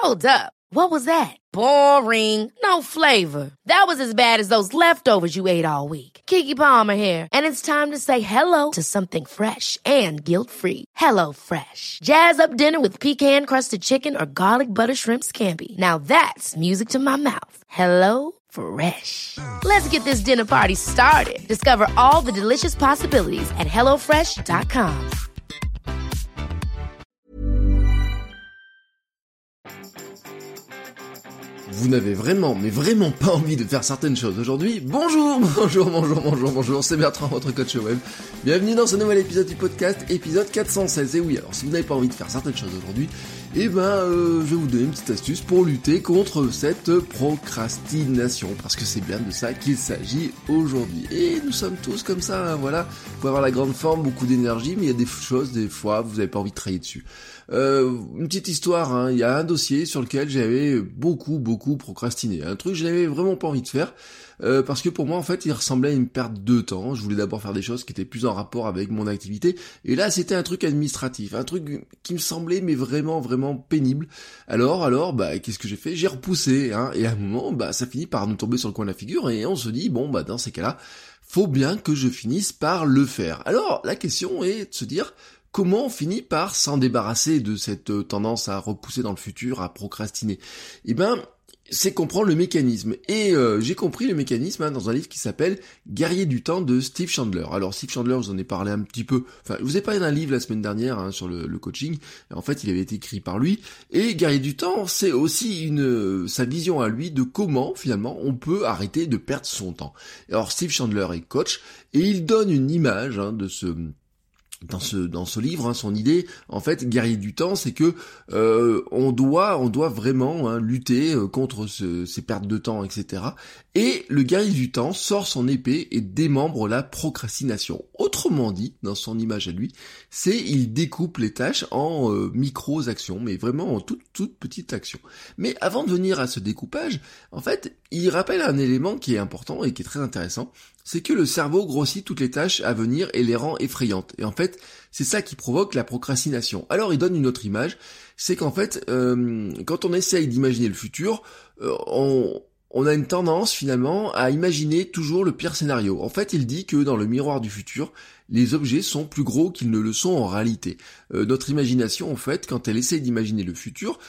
Hold up. What was that? Boring. No flavor. That was as bad as those leftovers you ate all week. Keke Palmer here. And it's time to say hello to something fresh and guilt-free. Hello Fresh. Jazz up dinner with pecan-crusted chicken or garlic butter shrimp scampi. Now that's music to my mouth. Hello Fresh. Let's get this dinner party started. Discover all the delicious possibilities at hellofresh.com. Vous n'avez vraiment, mais vraiment pas envie de faire certaines choses aujourd'hui. Bonjour, c'est Bertrand, votre coach web. Bienvenue dans ce nouvel épisode du podcast, épisode 416. Et oui, alors si vous n'avez pas envie de faire certaines choses aujourd'hui, je vais vous donner une petite astuce pour lutter contre cette procrastination, parce que c'est bien de ça qu'il s'agit aujourd'hui. Et nous sommes tous comme ça, voilà. Vous pouvez avoir la grande forme, beaucoup d'énergie, mais il y a des choses, des fois, vous n'avez pas envie de travailler dessus. Une petite histoire, il y a un dossier sur lequel j'avais beaucoup procrastiné. Un truc que je n'avais vraiment pas envie de faire, parce que pour moi, en fait, il ressemblait à une perte de temps. Je voulais d'abord faire des choses qui étaient plus en rapport avec mon activité, et là, c'était un truc administratif, un truc qui me semblait, mais vraiment pénible. Alors, qu'est-ce que j'ai fait? J'ai repoussé, et à un moment, ça finit par nous tomber sur le coin de la figure, et on se dit, dans ces cas-là, faut bien que je finisse par le faire. Alors, la question est de se dire, comment on finit par s'en débarrasser de cette tendance à repousser dans le futur, à procrastiner? C'est comprendre le mécanisme. Et j'ai compris le mécanisme dans un livre qui s'appelle Guerrier du temps de Steve Chandler. Alors Steve Chandler, je vous en ai parlé un petit peu, je vous ai parlé d'un livre la semaine dernière sur le coaching. En fait, il avait été écrit par lui. Et Guerrier du temps, c'est aussi sa vision à lui de comment finalement on peut arrêter de perdre son temps. Alors Steve Chandler est coach et il donne une image dans ce livre, son idée, en fait, guerrier du temps, c'est que on doit vraiment lutter contre ces pertes de temps, etc. Et le guerrier du temps sort son épée et démembre la procrastination. Autrement dit, dans son image à lui, il découpe les tâches en micro-actions, mais vraiment en toutes petites actions. Mais avant de venir à ce découpage, en fait, il rappelle un élément qui est important et qui est très intéressant, c'est que le cerveau grossit toutes les tâches à venir et les rend effrayantes. Et en fait, c'est ça qui provoque la procrastination. Alors il donne une autre image, c'est qu'en fait, quand on essaye d'imaginer le futur, on a une tendance finalement à imaginer toujours le pire scénario. En fait, il dit que dans le miroir du futur, les objets sont plus gros qu'ils ne le sont en réalité. Notre imagination, en fait, quand elle essaie d'imaginer le futur,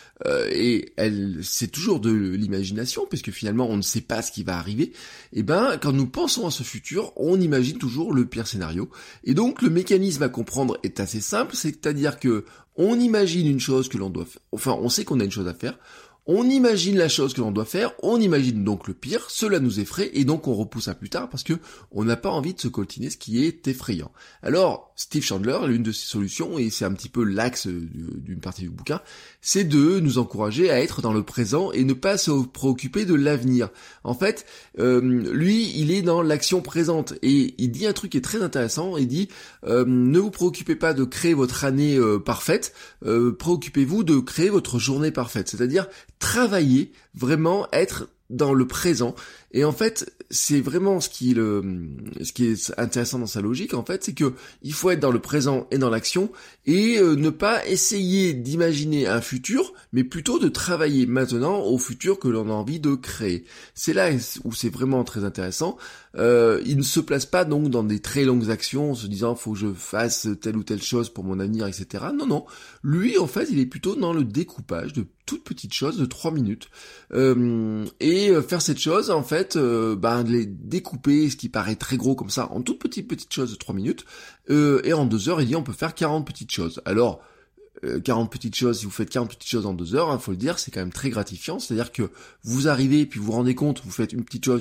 c'est toujours de l'imagination, puisque finalement on ne sait pas ce qui va arriver, quand nous pensons à ce futur, on imagine toujours le pire scénario. Et donc le mécanisme à comprendre est assez simple, c'est-à-dire que on imagine une chose que l'on doit faire, on sait qu'on a une chose à faire, on imagine la chose que l'on doit faire, on imagine donc le pire, cela nous effraie et donc on repousse à plus tard parce que on n'a pas envie de se coltiner ce qui est effrayant. Alors, Steve Chandler, l'une de ses solutions, et c'est un petit peu l'axe d'une partie du bouquin, c'est de nous encourager à être dans le présent et ne pas se préoccuper de l'avenir. En fait, lui, il est dans l'action présente et il dit un truc qui est très intéressant, il dit ne vous préoccupez pas de créer votre année parfaite, préoccupez-vous de créer votre journée parfaite, c'est-à-dire travailler, vraiment être dans le présent. Et en fait, c'est vraiment ce qui est intéressant dans sa logique, en fait, c'est que il faut être dans le présent et dans l'action et ne pas essayer d'imaginer un futur, mais plutôt de travailler maintenant au futur que l'on a envie de créer. C'est là où c'est vraiment très intéressant. Il ne se place pas donc dans des très longues actions en se disant faut que je fasse telle ou telle chose pour mon avenir, etc. Non. Lui, en fait, il est plutôt dans le découpage de toutes petites choses de 3 minutes. Et faire cette chose, en fait, de les découper, ce qui paraît très gros comme ça, en toutes petites choses de 3 minutes. Et en 2 heures, il dit on peut faire 40 petites choses. Alors, 40 petites choses, si vous faites 40 petites choses en 2 heures, faut le dire, c'est quand même très gratifiant, c'est-à-dire que vous arrivez, puis vous vous rendez compte, vous faites une petite chose,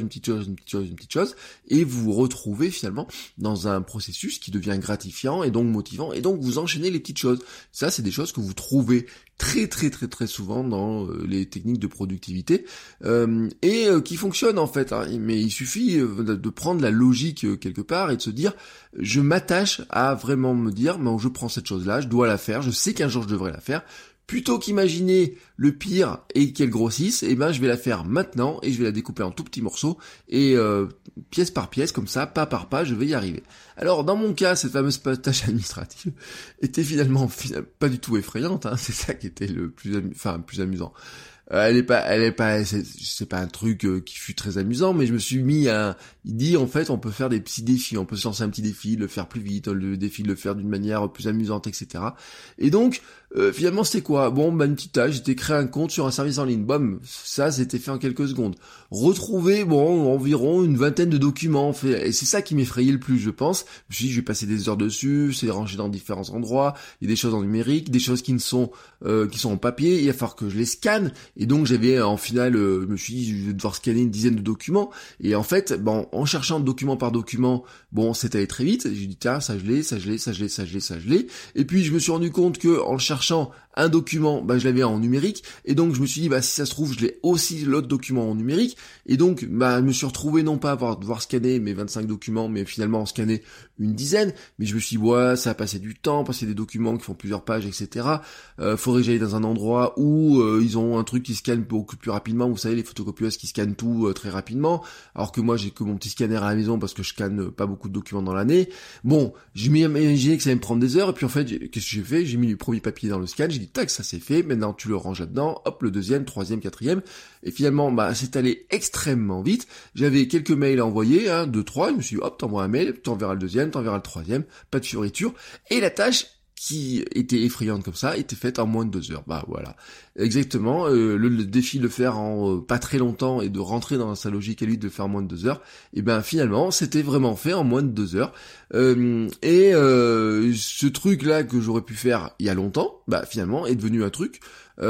et vous vous retrouvez finalement dans un processus qui devient gratifiant, et donc motivant, et donc vous enchaînez les petites choses. Ça, c'est des choses que vous trouvez très souvent dans les techniques de productivité, et qui fonctionnent en fait, mais il suffit de prendre la logique quelque part, et de se dire, je m'attache à vraiment me dire, je prends cette chose-là, je dois la faire, je sais qu'un jour je devrais la faire, plutôt qu'imaginer le pire et qu'elle grossisse, je vais la faire maintenant et je vais la découper en tout petits morceaux et pièce par pièce, comme ça, pas par pas, je vais y arriver. Alors dans mon cas, cette fameuse tâche administrative était finalement pas du tout effrayante, c'est ça qui était le plus amusant. C'est pas un truc qui fut très amusant, mais je me suis mis il dit en fait on peut faire des petits défis, on peut se lancer un petit défi, le faire plus vite, le défi de le faire d'une manière plus amusante, etc. Et donc finalement c'était quoi? Une petite tâche, j'étais créé un compte sur un service en ligne, ça c'était fait en quelques secondes. Retrouver environ une vingtaine de documents et c'est ça qui m'effrayait le plus, je pense. Je me suis dit je vais passer des heures dessus, c'est rangé dans différents endroits, il y a des choses en numérique, des choses qui sont en papier, il va falloir que je les scanne. Et donc j'avais en finale, je me suis dit je vais devoir scanner une dizaine de documents. Et en fait, en cherchant document par document, c'est allé très vite. J'ai dit tiens, ça je l'ai. Et puis je me suis rendu compte que en cherchant un document, je l'avais en numérique. Et donc je me suis dit si ça se trouve, je l'ai aussi l'autre document en numérique. Et donc je me suis retrouvé non pas à devoir scanner mes 25 documents, mais finalement en scanner une dizaine. Mais je me suis dit ça a passé du temps, passer des documents qui font plusieurs pages, etc. Faudrait que j'aille dans un endroit où ils ont un truc qui scanne beaucoup plus rapidement, vous savez, les photocopieuses qui scannent tout très rapidement, alors que moi j'ai que mon petit scanner à la maison parce que je scanne pas beaucoup de documents dans l'année. Je m'imaginais que ça allait me prendre des heures, et puis en fait, qu'est-ce que j'ai fait? J'ai mis le premier papier dans le scan, j'ai dit tac, ça c'est fait, maintenant tu le ranges là-dedans, hop, le deuxième, troisième, quatrième, et finalement, c'est allé extrêmement vite. J'avais quelques mails à envoyer, 2, 3, je me suis dit hop, t'envoies un mail, t'enverras le deuxième, t'enverras le troisième, pas de fioriture, et la tâche qui était effrayante comme ça, était faite en moins de 2 heures. Voilà. Exactement, le défi de le faire en pas très longtemps et de rentrer dans sa logique à lui de le faire en moins de 2 heures, finalement, c'était vraiment fait en moins de 2 heures. Ce truc-là que j'aurais pu faire il y a longtemps, finalement, est devenu un truc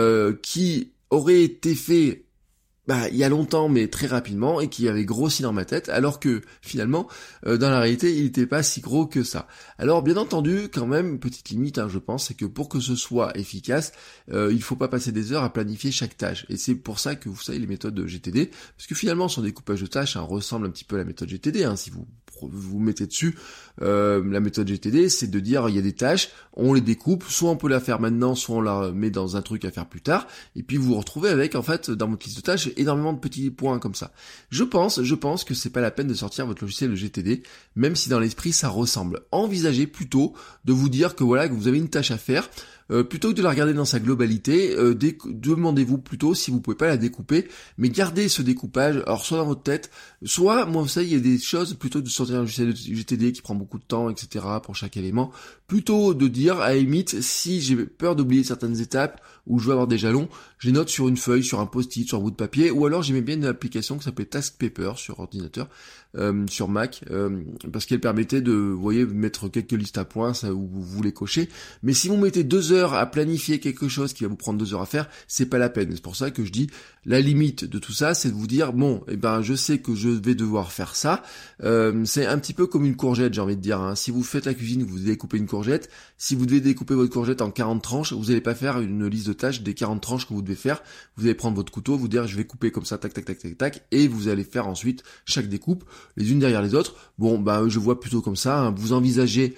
qui aurait été fait il y a longtemps mais très rapidement et qui avait grossi dans ma tête, alors que finalement dans la réalité il n'était pas si gros que ça. Alors bien entendu, quand même, petite limite je pense, c'est que pour que ce soit efficace, il faut pas passer des heures à planifier chaque tâche, et c'est pour ça que vous savez les méthodes de GTD, parce que finalement son découpage de tâches ressemble un petit peu à la méthode GTD, si vous mettez dessus. La méthode GTD, c'est de dire il y a des tâches, on les découpe, soit on peut la faire maintenant, soit on la met dans un truc à faire plus tard, et puis vous vous retrouvez avec, en fait, dans votre liste de tâches, énormément de petits points comme ça. Je pense que c'est pas la peine de sortir votre logiciel de GTD, même si dans l'esprit ça ressemble. Envisagez plutôt de vous dire que que vous avez une tâche à faire, plutôt que de la regarder dans sa globalité, demandez-vous plutôt si vous pouvez pas la découper, mais gardez ce découpage, alors soit dans votre tête, soit, moi vous savez, il y a des choses, plutôt que de sortir un logiciel de GTD qui prend beaucoup de temps, etc. pour chaque élément, plutôt de dire, à la limite, si j'ai peur d'oublier certaines étapes, ou je veux avoir des jalons, je les note sur une feuille, sur un post-it, sur un bout de papier, ou alors j'aimais bien une application qui s'appelait Task Paper sur ordinateur, sur Mac, parce qu'elle permettait de, mettre quelques listes à points, ça, où vous les cochez. Mais si vous mettez 2 heures à planifier quelque chose qui va vous prendre 2 heures à faire, c'est pas la peine. C'est pour ça que je dis, la limite de tout ça, c'est de vous dire, je sais que je vais devoir faire ça. C'est un petit peu comme une courgette, j'ai envie de dire. Si vous faites la cuisine, vous devez découper une courgette. Si vous devez découper votre courgette en 40 tranches, vous n'allez pas faire une liste de tâches des 40 tranches que vous devez faire. Vous allez prendre votre couteau, vous dire, je vais couper comme ça, tac, tac, tac, tac, tac, et vous allez faire ensuite chaque découpe, les unes derrière les autres. Je vois plutôt comme ça. Vous envisagez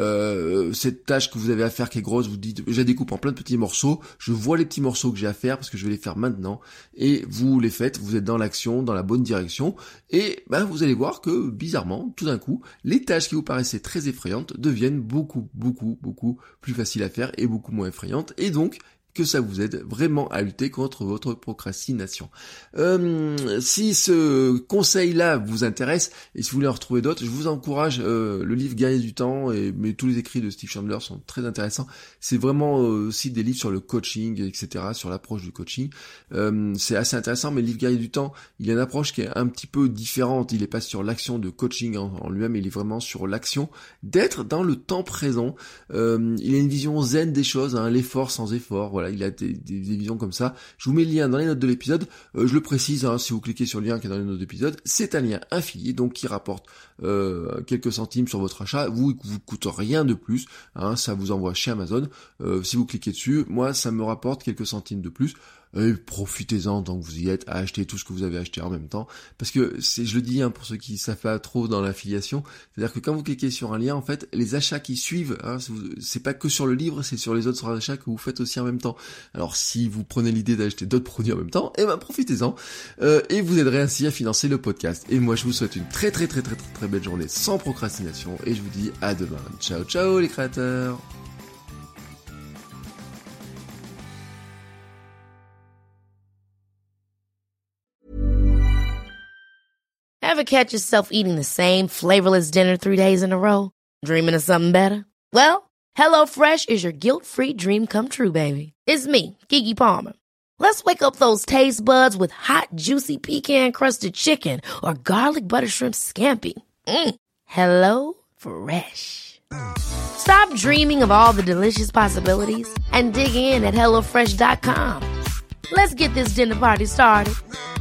cette tâche que vous avez à faire qui est grosse, vous dites, je la découpe en plein de petits morceaux, je vois les petits morceaux que j'ai à faire parce que je vais les faire maintenant, et vous les faites, vous êtes dans l'action, dans la bonne direction, et vous allez voir que bizarrement, tout d'un coup, les tâches qui vous paraissaient très effrayantes deviennent beaucoup, beaucoup, beaucoup plus faciles à faire et beaucoup moins effrayantes, et donc que ça vous aide vraiment à lutter contre votre procrastination. Si ce conseil-là vous intéresse, et si vous voulez en retrouver d'autres, je vous encourage, le livre Guerrier du temps, mais tous les écrits de Steve Chandler sont très intéressants. C'est vraiment aussi des livres sur le coaching, etc., sur l'approche du coaching. C'est assez intéressant, mais le livre Guerrier du temps, il a une approche qui est un petit peu différente. Il est pas sur l'action de coaching en lui-même, il est vraiment sur l'action d'être dans le temps présent. Il a une vision zen des choses, l'effort sans effort, voilà. Il a des visions comme ça. Je vous mets le lien dans les notes de l'épisode. Je le précise, si vous cliquez sur le lien qui est dans les notes de l'épisode, c'est un lien affilié, donc qui rapporte quelques centimes sur votre achat. Vous coûte rien de plus. Ça vous envoie chez Amazon. Si vous cliquez dessus, moi, ça me rapporte quelques centimes de plus. Et profitez-en tant que vous y êtes à acheter tout ce que vous avez acheté en même temps. Parce que je le dis pour ceux qui savent pas trop dans l'affiliation, c'est-à-dire que quand vous cliquez sur un lien, en fait, les achats qui suivent, c'est pas que sur le livre, c'est sur les autres achats que vous faites aussi en même temps. Alors si vous prenez l'idée d'acheter d'autres produits en même temps, profitez-en. Et vous aiderez ainsi à financer le podcast. Et moi je vous souhaite une très belle journée sans procrastination. Et je vous dis à demain. Ciao ciao les créateurs. Ever catch yourself eating the same flavorless dinner 3 days in a row? Dreaming of something better? Well, HelloFresh is your guilt-free dream come true, baby. It's me, Keke Palmer. Let's wake up those taste buds with hot, juicy pecan-crusted chicken or garlic butter shrimp scampi. Hello Fresh. Stop dreaming of all the delicious possibilities and dig in at HelloFresh.com. Let's get this dinner party started.